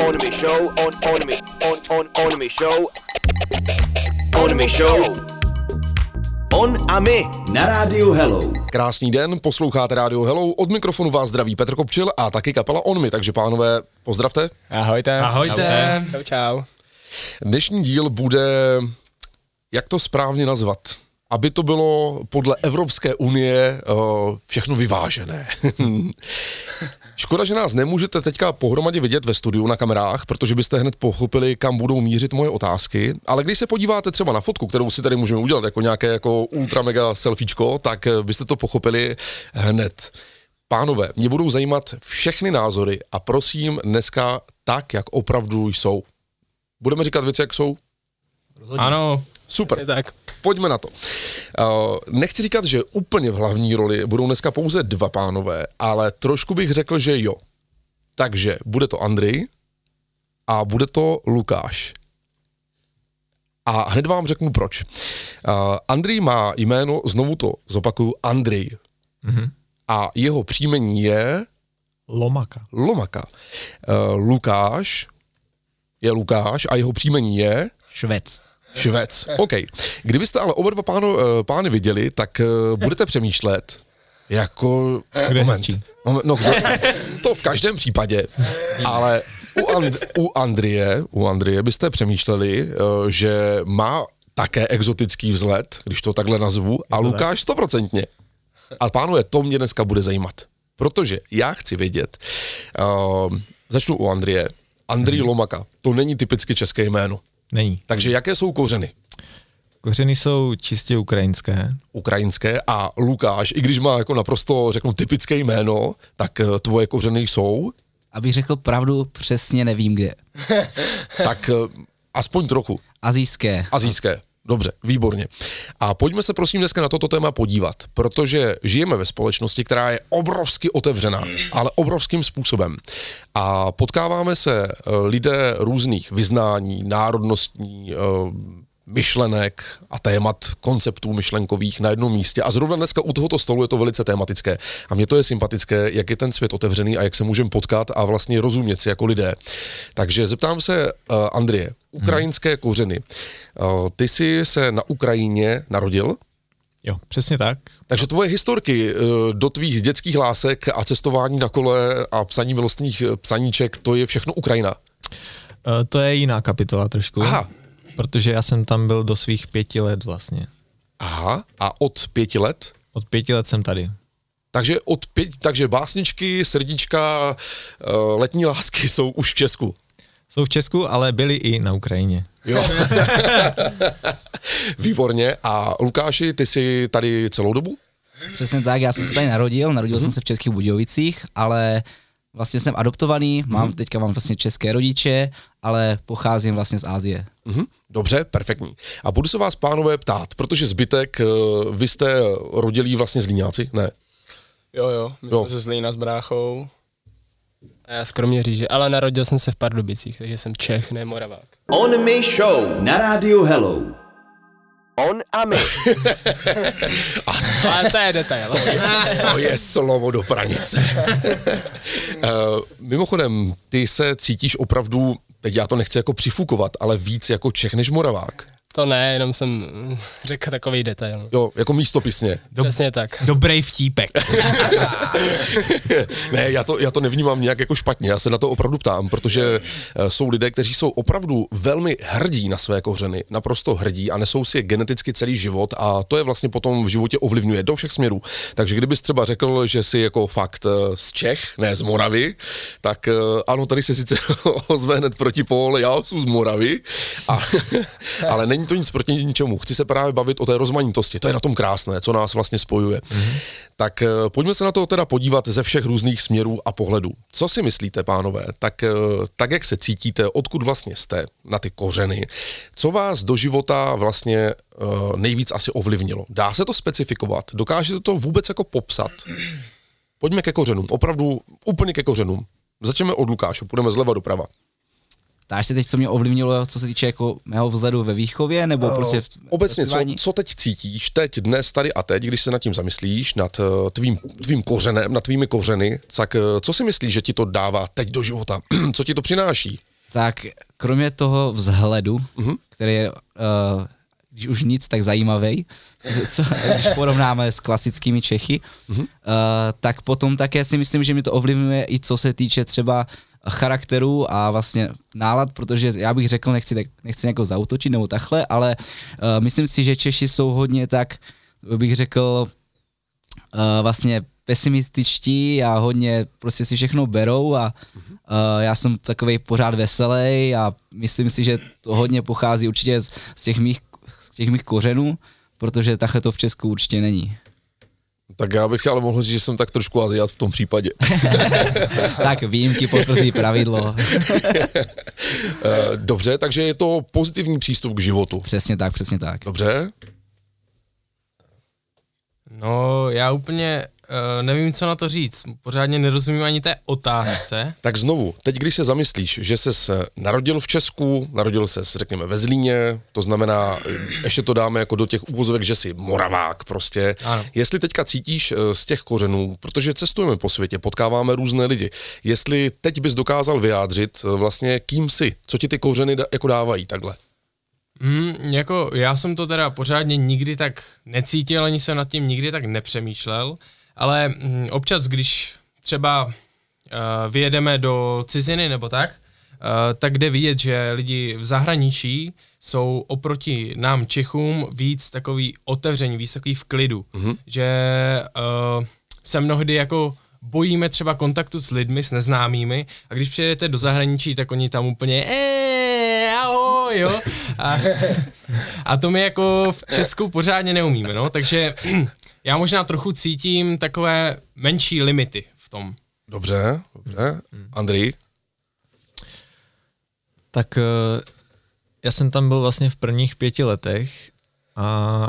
On me show, on me, on me show. On me show. On a my na rádiu Hello. Krásný den, posloucháte rádio Hello, od mikrofonu vás zdraví Petr Kopčil a taky kapela On Me, takže pánové, pozdravte. Ahojte. Ahojte. Čau. Dnešní díl bude, jak to správně nazvat, aby to bylo podle Evropské unie všechno vyvážené. Škoda, že nás nemůžete teďka pohromadě vidět ve studiu na kamerách, protože byste hned pochopili, kam budou mířit moje otázky, ale když se podíváte třeba na fotku, kterou si tady můžeme udělat jako nějaké jako ultra mega selfiečko, tak byste to pochopili hned. Pánové, mě budou zajímat všechny názory a prosím dneska tak, jak opravdu jsou. Budeme říkat věci, jak jsou? Rozhodně. Ano. Super. Tak. Pojďme na to. Nechci říkat, že úplně v hlavní roli budou dneska pouze dva pánové, ale trošku bych řekl, že jo. Takže bude to Andrej a bude to Lukáš. A hned vám řeknu proč. Andrej má jméno, znovu to zopakuju, Andrej. Mm-hmm. A jeho příjmení je... Lomaka. Lukáš je Lukáš a jeho příjmení je... Švec. OK. Kdybyste ale oba dva pány viděli, tak budete přemýšlet, jako... Moment. No, to v každém případě, ale u Andreje byste přemýšleli, že má také exotický vzhled, když to takhle nazvu, a Lukáš 100%. A pánové, to mě dneska bude zajímat, protože já chci vědět, začnu u Andreje. Andrej Lomaka, to není typicky české jméno. Není. Takže jaké jsou kořeny? Kořeny jsou čistě ukrajinské. A Lukáš, i když má jako naprosto, řeknu, typické jméno, tak tvoje kořeny jsou? Abych řekl pravdu, přesně nevím kde. Tak aspoň trochu. Asijské. Dobře, výborně. A pojďme se prosím dneska na toto téma podívat, protože žijeme ve společnosti, která je obrovsky otevřená, ale obrovským způsobem. A potkáváme se lidé různých vyznání, národnostní, myšlenek a témat, konceptů myšlenkových na jednom místě. A zrovna dneska u tohoto stolu je to velice tematické. A mně to je sympatické, jak je ten svět otevřený a jak se můžeme potkat a vlastně rozumět si jako lidé. Takže zeptám se Andreje, ukrajinské kořeny. Ty jsi se na Ukrajině narodil? Jo, přesně tak. Takže tvoje historky do tvých dětských lásek a cestování na kole a psaní milostných psaníček, to je všechno Ukrajina? To je jiná kapitola trošku. Aha. Protože já jsem tam byl do svých 5 let vlastně. Aha, a od 5 let? Od 5 let jsem tady. Takže básničky, srdíčka, letní lásky jsou už v Česku. Jsou v Česku, ale byli i na Ukrajině. Jo. Výborně. A Lukáši, ty jsi tady celou dobu? Přesně tak, já jsem se tady narodil jsem se v Českých Budějovicích, ale vlastně jsem adoptovaný, teďka mám vlastně české rodiče, ale pocházím vlastně z Asie. Dobře, perfektní. A budu se vás, pánové, ptát, protože zbytek, vy jste rodilí vlastně Zlíňáci, ne? Jo, my jsme se Zlína s bráchou. A já z Kroměříže, ale narodil jsem se v Pardubicích, takže jsem Čech, ne Moravák. On me show na rádiu Hello. On a my. Ale to je detail. To je slovo do pranice. Mimochodem, ty se cítíš opravdu, teď já to nechci jako přifukovat, ale víc jako Čech než Moravák. To ne, jenom jsem řekl takový detail. Jo, jako místopisně. Přesně tak. Dobrý vtípek. Ne, já to nevnímám nějak jako špatně, já se na to opravdu ptám, protože jsou lidé, kteří jsou opravdu velmi hrdí na své kořeny, naprosto hrdí a nesou si je geneticky celý život a to je vlastně potom v životě ovlivňuje do všech směrů. Takže kdybys třeba řekl, že jsi jako fakt z Čech, ne z Moravy, tak ano, tady se sice ozve hned protipól, já jsem z Moravy, ale není to nic proti ničemu. Chci se právě bavit o té rozmanitosti. To je na tom krásné, co nás vlastně spojuje. Tak pojďme se na to teda podívat ze všech různých směrů a pohledů. Co si myslíte, pánové? Tak jak se cítíte, odkud vlastně jste na ty kořeny? Co vás do života vlastně nejvíc asi ovlivnilo? Dá se to specifikovat? Dokážete to vůbec jako popsat? Pojďme ke kořenům. Opravdu úplně ke kořenům. Začneme od Lukáše. Půjdeme zleva doprava. Ptáš se teď, co mě ovlivnilo, co se týče jako mého vzhledu ve výchově, nebo prostě obecně, co teď cítíš, teď, dnes, tady a teď, když se nad tím zamyslíš, nad tvým kořenem, nad tvými kořeny, tak co si myslíš, že ti to dává teď do života? Co ti to přináší? Tak kromě toho vzhledu, který je, když už nic, tak zajímavý, když porovnáme s klasickými Čechy, tak potom také si myslím, že mi to ovlivňuje i co se týče třeba charakteru a vlastně nálad, protože já bych řekl, nechci někoho zaútočit nebo takhle, ale myslím si, že Češi jsou hodně tak, bych řekl, vlastně pesimističtí a hodně prostě si všechno berou a já jsem takovej pořád veselý a myslím si, že to hodně pochází určitě z těch mých kořenů, protože takhle to v Česku určitě není. Tak já bych ale mohl říct, že jsem tak trošku Aziat v tom případě. Tak výjimky potvrzí pravidlo. Dobře, takže je to pozitivní přístup k životu. Přesně tak. Dobře. No, já úplně nevím, co na to říct. Pořádně nerozumím ani té otázce. Tak znovu, teď když se zamyslíš, že ses narodil v Česku, narodil ses, řekněme, ve Zlíně, to znamená, ještě to dáme jako do těch úvozovek, že jsi Moravák prostě. Ano. Jestli teďka cítíš z těch kořenů, protože cestujeme po světě, potkáváme různé lidi, jestli teď bys dokázal vyjádřit vlastně, kým jsi, co ti ty kořeny jako dávají takhle. Jako já jsem to teda pořádně nikdy tak necítil, ani jsem nad tím nikdy tak nepřemýšlel, ale občas, když třeba vyjedeme do ciziny nebo tak jde vidět, že lidi v zahraničí jsou oproti nám Čechům víc takový otevření, víc takový v klidu, že se mnohdy jako bojíme třeba kontaktu s lidmi, s neznámými a když přijedete do zahraničí, tak oni tam úplně ahoj, jo. A to my jako v Česku pořádně neumíme, no, takže já možná trochu cítím takové menší limity v tom. Dobře. Andrej? Tak já jsem tam byl vlastně v prvních 5 letech a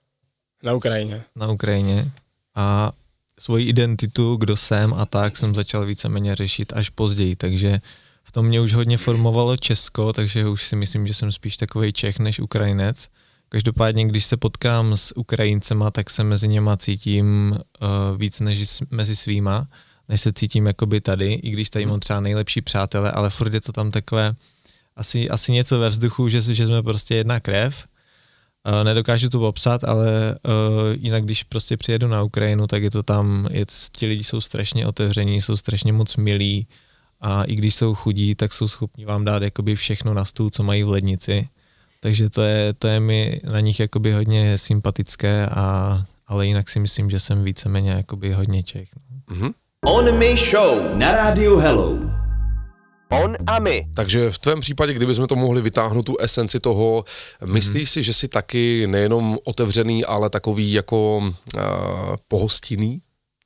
na Ukrajině a svoji identitu, kdo jsem a tak jsem začal víceméně řešit až později, takže v tom mě už hodně formovalo Česko, takže už si myslím, že jsem spíš takovej Čech než Ukrajinec. Každopádně, když se potkám s Ukrajincema, tak se mezi něma cítím víc než mezi svýma, než se cítím jakoby tady, i když tady mám třeba nejlepší přátele, ale furt je to tam takové asi něco ve vzduchu, že jsme prostě jedna krev. Nedokážu to popsat, ale jinak když prostě přijedu na Ukrajinu, tak je to tam, ti lidi jsou strašně otevření, jsou strašně moc milí a i když jsou chudí, tak jsou schopni vám dát jakoby všechno na stůl, co mají v lednici. Takže to je mi na nich jakoby hodně sympatické, ale jinak si myslím, že jsem víceméně jakoby hodně Čech. Mm-hmm. On My Show na rádiu Hello. On a my. Takže v tvém případě, kdybychom to mohli vytáhnout tu esenci toho, myslíš si, že jsi taky nejenom otevřený, ale takový jako pohostinný?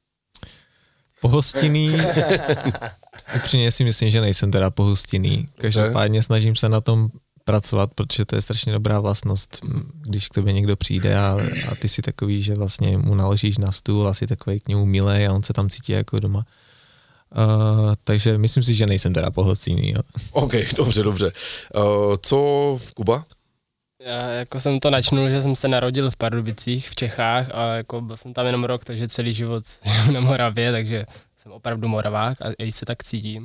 Pohostinný? Upřímně si myslím, že nejsem teda pohostinný. Každopádně snažím se na tom pracovat, protože to je strašně dobrá vlastnost, když k tobě někdo přijde a ty si takový, že vlastně mu naložíš na stůl a si takový k němu milej a on se tam cítí jako doma. Takže myslím si, že nejsem teda pohostinný. Jo. OK, dobře. Co Kuba? Já jako jsem to načnul, že jsem se narodil v Pardubicích v Čechách a jako byl jsem tam jenom rok, takže celý život žiju na Moravě, takže jsem opravdu Moravák a i se tak cítím.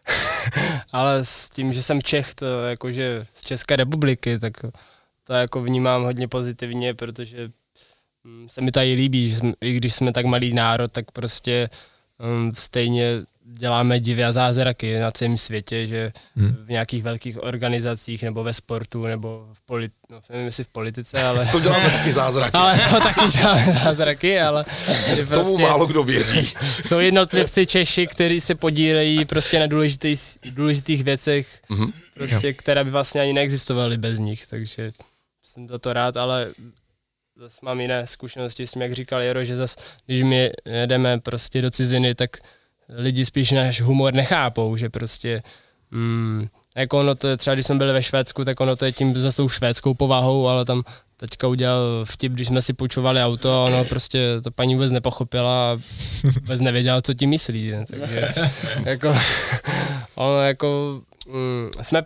Ale s tím, že jsem Čech, to jakože z České republiky, tak to jako vnímám hodně pozitivně, protože se mi tady líbí, že i když jsme tak malý národ, tak prostě stejně děláme divy a zázraky na celém světě, že v nějakých velkých organizacích nebo ve sportu nebo nevím jestli v politice, ale... To děláme taky zázraky. Ale to taky děláme zázraky, ale... Že prostě tomu málo kdo věří. Jsou jednotlivci Češi, kteří se podílejí prostě na důležitých věcech, prostě, které by vlastně ani neexistovaly bez nich, takže jsem za to rád, ale zase mám jiné zkušenosti s tím, jak říkal Jaro, že zase, když my jedeme prostě do ciziny, tak lidi spíš náš humor nechápou, že prostě jako ono to je, třeba když jsme byli ve Švédsku, tak ono to je tím zase tou švédskou povahou, ale tam teďka udělal vtip, když jsme si půjčovali auto a ono prostě to paní vůbec nepochopila a vůbec nevěděla, co tím myslí, ne? Takže jako ono jako jsme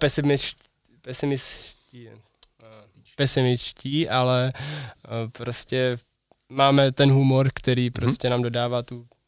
pesimičtí, ale prostě máme ten humor, který prostě nám dodává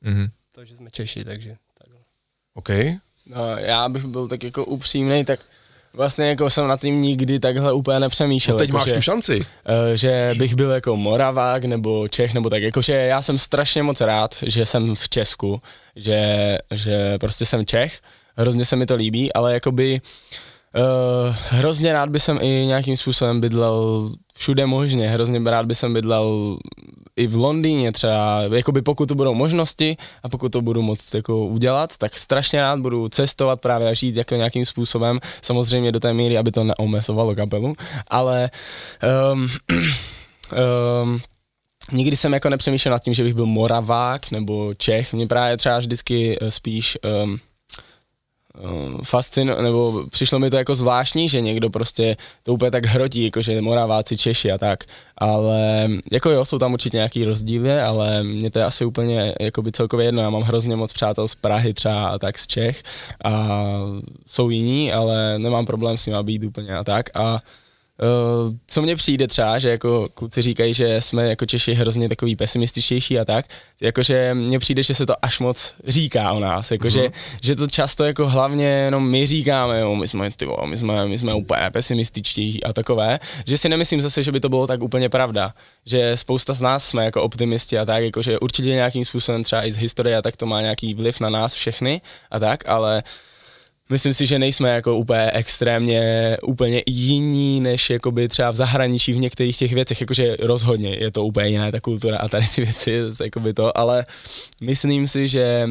to, že jsme Češi, takže takhle. OK. No, já bych byl tak jako upřímnej, tak Vlastně jako jsem nad tím nikdy takhle úplně nepřemýšlel. No teď jako máš tu šanci. Že bych byl jako Moravák nebo Čech nebo tak, jakože já jsem strašně moc rád, že jsem v Česku, že prostě jsem Čech, hrozně se mi to líbí, ale jakoby hrozně rád by jsem i nějakým způsobem bydlel všude možně, hrozně rád by jsem bydlel i v Londýně třeba, jakoby pokud to budou možnosti a pokud to budu moct jako udělat, tak strašně rád budu cestovat právě a žít jako nějakým způsobem, samozřejmě do té míry, aby to neomezovalo kapelu, ale nikdy jsem jako nepřemýšlel nad tím, že bych byl Moravák nebo Čech, mě právě třeba vždycky spíš nebo přišlo mi to jako zvláštní, že někdo prostě to úplně tak hrotí, jakože Moraváci, Češi a tak, ale jako jo, jsou tam určitě nějaký rozdíly, ale mě to je asi úplně jakoby celkově jedno, já mám hrozně moc přátel z Prahy třeba a tak z Čech a jsou jiní, ale nemám problém s nimi být úplně a tak a co mně přijde třeba, že jako kluci říkají, že jsme jako Češi hrozně takový pesimističtější a tak, jakože mně přijde, že se to až moc říká o nás, jakože že to často jako hlavně jenom my říkáme, jo, my jsme úplně pesimističtější a takové, že si nemyslím zase, že by to bylo tak úplně pravda, že spousta z nás jsme jako optimisti a tak, jakože určitě nějakým způsobem třeba i z historie a tak to má nějaký vliv na nás všechny a tak, ale myslím si, že nejsme jako úplně extrémně úplně jiní, než jakoby třeba v zahraničí v některých těch věcech, jakože rozhodně je to úplně jiná ta kultura a tady ty věci, jakoby to, ale myslím si, že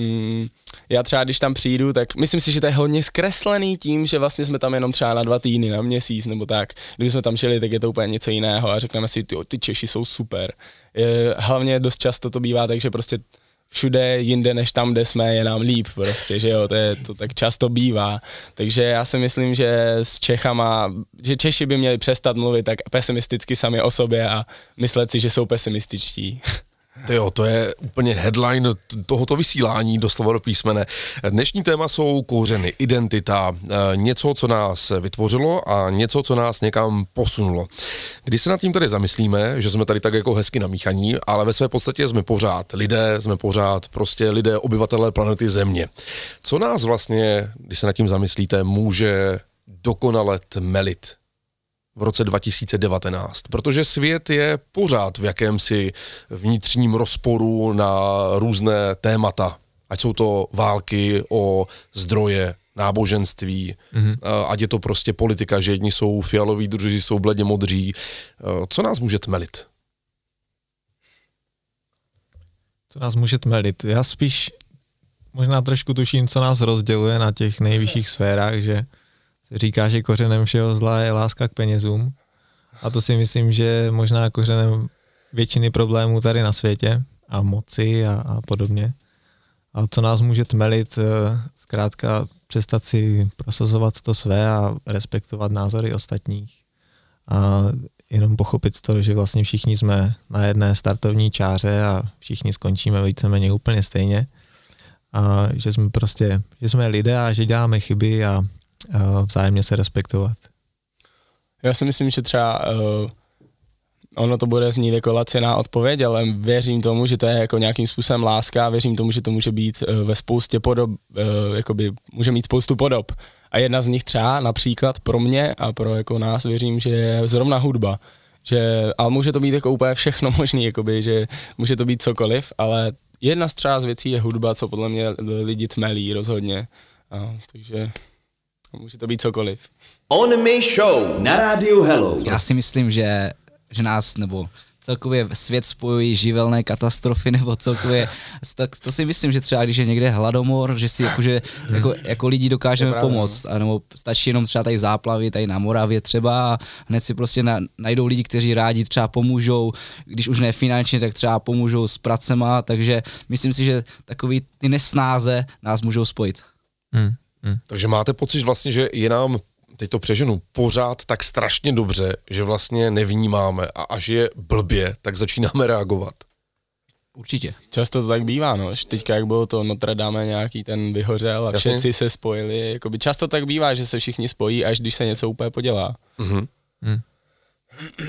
já třeba když tam přijdu, tak myslím si, že to je hodně zkreslený tím, že vlastně jsme tam jenom třeba na 2 týdny, na měsíc nebo tak. Když jsme tam šli, tak je to úplně něco jiného a řekneme si, ty Češi jsou super. Hlavně dost často to bývá tak, že prostě všude jinde než tam, kde jsme, je nám líp prostě, že jo, to tak často bývá. Takže já si myslím, že s Čechama, že Češi by měli přestat mluvit tak pesimisticky sami o sobě a myslet si, že jsou pesimističtí. Jo, to je úplně headline tohoto vysílání, doslova do písmene. Dnešní téma jsou kořeny, identita, něco, co nás vytvořilo a něco, co nás někam posunulo. Když se nad tím tady zamyslíme, že jsme tady tak jako hezky namíchaní, ale ve své podstatě jsme pořád lidé, jsme pořád prostě lidé, obyvatelé planety Země. Co nás vlastně, když se nad tím zamyslíte, může dokonale tmelit v roce 2019, protože svět je pořád v jakémsi vnitřním rozporu na různé témata, ať jsou to války o zdroje, náboženství, ať je to prostě politika, že jedni jsou fialoví, druzí jsou bledě modří. Co nás může tmelit? Co nás může tmelit? Já spíš možná trošku tuším, co nás rozděluje na těch nejvyšších sférách, že se říká, že kořenem všeho zla je láska k penězům. A to si myslím, že možná kořenem většiny problémů tady na světě a moci a podobně. A co nás může tmelit, zkrátka přestat si prosazovat to své a respektovat názory ostatních. A jenom pochopit to, že vlastně všichni jsme na jedné startovní čáře a všichni skončíme víceméně úplně stejně. A že jsme prostě, že jsme lidé a že děláme chyby a vzájemně se respektovat. Já si myslím, že třeba ono to bude znít jako laciná odpověď, ale věřím tomu, že to je jako nějakým způsobem láska a věřím tomu, že to může být ve spoustě podob, jakoby může mít spoustu podob. A jedna z nich třeba například pro mě a pro jako nás věřím, že je zrovna hudba. Ale může to být jako úplně všechno možný, jakoby, že může to být cokoliv, ale jedna z třeba z věcí je hudba, co podle mě lidi tmelí rozhodně. Takže může to být cokoliv. On Me Show na rádiu Hello. Já si myslím, že nás, nebo celkově svět spojují živelné katastrofy, nebo celkově, tak to si myslím, že třeba když je někde hladomor, že si jako lidi dokážeme pomoct, nebo stačí jenom třeba tady záplavy, tady na Moravě třeba a hned si prostě najdou lidi, kteří rádi třeba pomůžou, když už ne finančně, tak třeba pomůžou s pracema, takže myslím si, že takový ty nesnáze nás můžou spojit. Takže máte pocit vlastně, že je nám, teď to přeženu, pořád tak strašně dobře, že vlastně nevnímáme a až je blbě, tak začínáme reagovat. Určitě. Často to tak bývá, no. Teďka jak bylo to Notre Dame nějaký ten vyhořel a všetci se spojili. Jakoby často tak bývá, že se všichni spojí, až když se něco úplně podělá.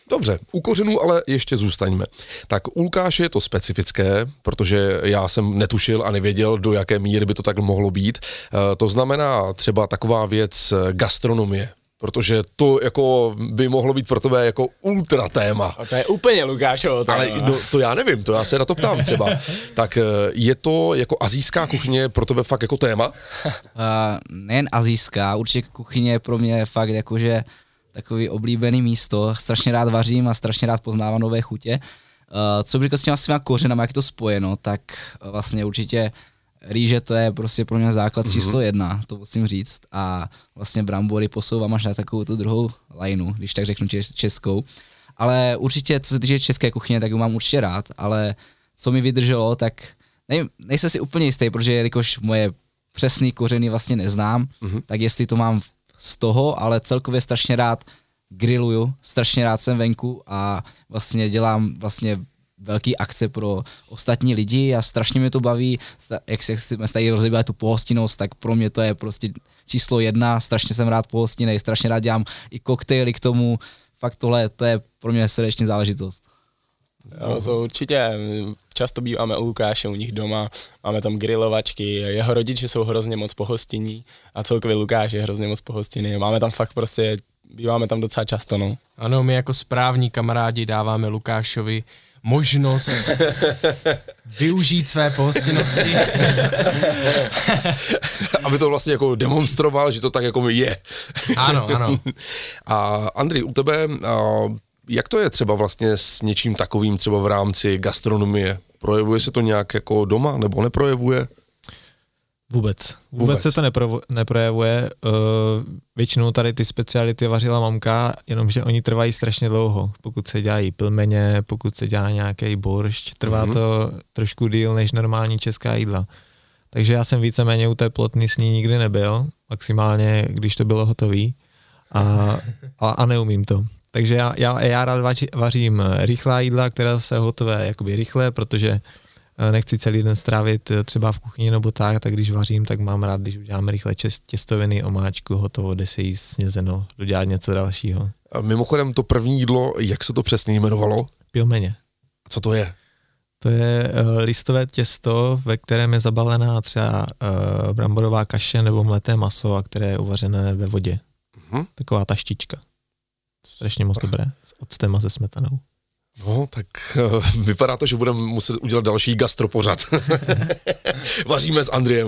Dobře, u kořenů ale ještě zůstaňme. Tak u Lukáše je to specifické, protože já jsem netušil a nevěděl, do jaké míry by to tak mohlo být. To znamená třeba taková věc gastronomie. Protože to jako by mohlo být pro tebe jako ultra téma. A to je úplně Lukášovo téma. Ale no, to já nevím, to já se na to ptám třeba. Tak je to jako asijská kuchyně pro tebe fakt jako téma? Nejen asijská, určitě kuchyně je pro mě fakt jakože takový oblíbený místo. Strašně rád vařím a strašně rád poznávám nové chutě. Co bych řekl s těma svýma kořenama, jak je to spojeno, tak vlastně určitě rýže to je prostě pro mě základ číslo 1, to musím říct. A vlastně brambory posouvám až na takovou tu druhou lajnu, když tak řeknu českou. Ale určitě, co se týče české kuchyně, tak ji mám určitě rád, ale co mi vydrželo, tak nejsem si úplně jistý, protože jelikož moje přesný kořeny vlastně neznám, tak jestli to mám z toho, ale celkově strašně rád grilluju, strašně rád jsem venku a vlastně dělám vlastně velký akce pro ostatní lidi a strašně mě to baví, jak jsme tady rozebírali tu pohostinnost, tak pro mě to je prostě číslo 1, strašně jsem rád pohostinnej, strašně rád dělám i koktejly k tomu, fakt tohle, to je pro mě srdeční záležitost. Jo, to určitě, často býváme u Lukáše, u nich doma, máme tam grilovačky, jeho rodiče jsou hrozně moc pohostinní a celkově Lukáš je hrozně moc pohostinný, máme tam fakt prostě, býváme tam docela často, no. Ano, my jako správní kamarádi dáváme Lukášovi možnost využít své pohostinnosti. Aby to vlastně jako demonstroval, že to tak jako je. Ano, ano. A Andrej, u tebe, jak to je třeba vlastně s něčím takovým třeba v rámci gastronomie? Projevuje se to nějak jako doma nebo neprojevuje? Vůbec se to neprojevuje. Většinou tady ty speciality vařila mamka, jenomže oni trvají strašně dlouho. Pokud se dělají pilmeně, pokud se dělá nějaký boršť, trvá to trošku díl než normální česká jídla. Takže já jsem víceméně u té plotny s ní nikdy nebyl, maximálně když to bylo hotový a neumím to. Takže já rád vařím rychlá jídla, která se hotové jakoby rychle, protože nechci celý den strávit třeba v kuchyni nebo tak když vařím, tak mám rád, když uděláme rychle těstoviny, omáčku, hotovo, jde se jíst snězeno, dodělat něco dalšího. A mimochodem to první jídlo, jak se to přesně jmenovalo? Pilmeně. Co to je? To je listové těsto, ve kterém je zabalená třeba bramborová kaše nebo mleté maso, a které je uvařené ve vodě. Taková taštička. Strašně moc dobré. S octem a se smetanou. No, tak vypadá to, že budeme muset udělat další gastropořad. Vaříme s Andrejem.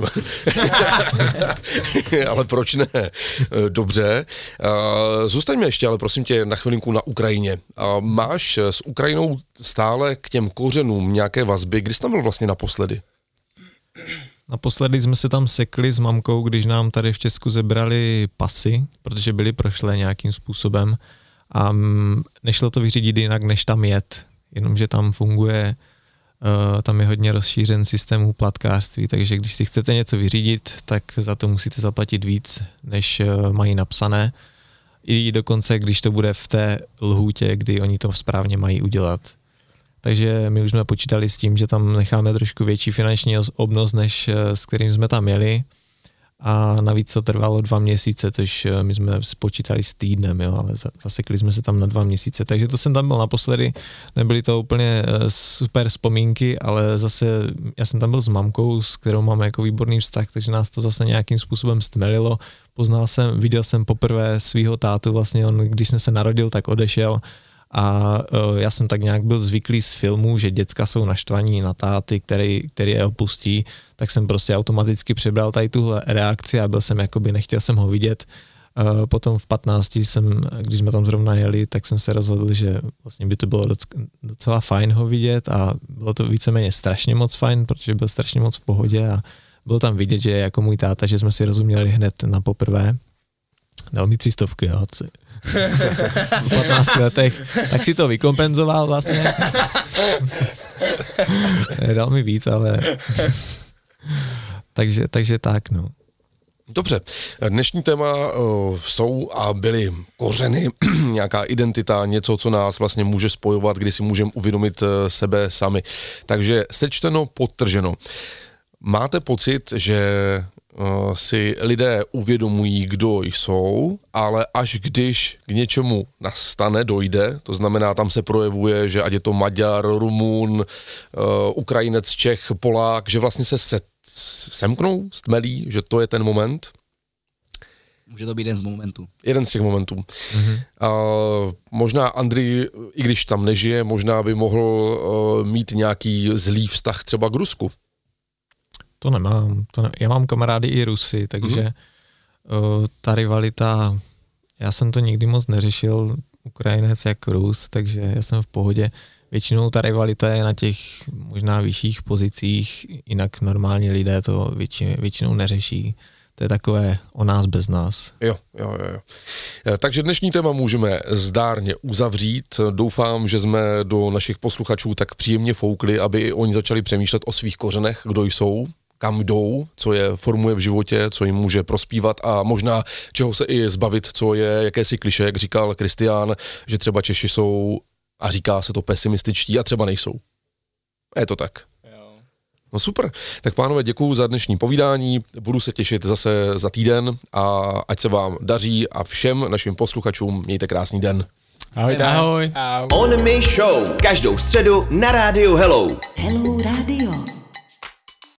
Ale proč ne? Dobře. Zůstaňme ještě, ale prosím tě, na chvilinku na Ukrajině. Máš s Ukrajinou stále k těm kořenům nějaké vazby? Kdy jsi tam byl vlastně naposledy? Naposledy jsme se tam sekli s mamkou, když nám tady v Česku zebrali pasy, protože byly prošlé nějakým způsobem. A nešlo to vyřídit jinak, než tam jet, jenomže tam funguje, tam je hodně rozšířen systém úplatkářství, takže když si chcete něco vyřídit, tak za to musíte zaplatit víc, než mají napsané, i dokonce, když to bude v té lhůtě, kdy oni to správně mají udělat. Takže my už jsme počítali s tím, že tam necháme trošku větší finanční obnos, než s kterým jsme tam jeli. A navíc to trvalo 2 měsíce, což my jsme spočítali s týdnem, jo, ale zasekli jsme se tam na 2 měsíce, takže to jsem tam byl naposledy, nebyly to úplně super vzpomínky, ale zase já jsem tam byl s mamkou, s kterou máme jako výborný vztah, takže nás to zase nějakým způsobem stmelilo, viděl jsem poprvé svýho tátu, vlastně on, když jsem se narodil, tak odešel. A já jsem tak nějak byl zvyklý z filmů, že děcka jsou naštvaní na táty, který je opustí, tak jsem prostě automaticky přebral tady tuhle reakci a byl jsem jakoby, nechtěl jsem ho vidět. Potom v 15, když jsme tam zrovna jeli, tak jsem se rozhodl, že vlastně by to bylo docela fajn ho vidět a bylo to víceméně strašně moc fajn, protože byl strašně moc v pohodě a bylo tam vidět, že je jako můj táta, že jsme si rozuměli hned na poprvé. Dal mi 300, jo, v 15 letech, tak si to vykompenzoval vlastně. Dal mi víc, ale takže tak, no. Dobře, dnešní téma jsou a byly kořeny, nějaká identita, něco, co nás vlastně může spojovat, kdy si můžeme uvědomit sebe sami. Takže sečteno, podtrženo. Máte pocit, že si lidé uvědomují, kdo jsou, ale až když k něčemu nastane, dojde, to znamená, tam se projevuje, že ať je to Maďar, Rumun, Ukrajinec, Čech, Polák, že vlastně se semknou, stmelí, že to je ten moment. Může to být jeden z momentů. Jeden z těch momentů. Mm-hmm. Možná Andrej, i když tam nežije, možná by mohl mít nějaký zlý vztah třeba k Rusku. To nemám. Já mám kamarády i Rusy, takže ta rivalita, já jsem to nikdy moc neřešil, Ukrajinec jak Rus, takže já jsem v pohodě. Většinou ta rivalita je na těch možná vyšších pozicích, jinak normální lidé to většinou neřeší. To je takové o nás bez nás. Jo. Takže dnešní téma můžeme zdárně uzavřít. Doufám, že jsme do našich posluchačů tak příjemně foukli, aby i oni začali přemýšlet o svých kořenech, kdo jsou, kam jdou, co je formuje v životě, co jim může prospívat a možná čeho se i zbavit, co je jakési klišé, jak říkal Kristián, že třeba Češi jsou, a říká se to, pesimističtí a třeba nejsou. Je to tak. No super, tak pánové, děkuju za dnešní povídání, budu se těšit zase za týden a ať se vám daří a všem našim posluchačům mějte krásný den. Ahoj. On Me Show, každou středu na rádiu Hello. Hello Radio.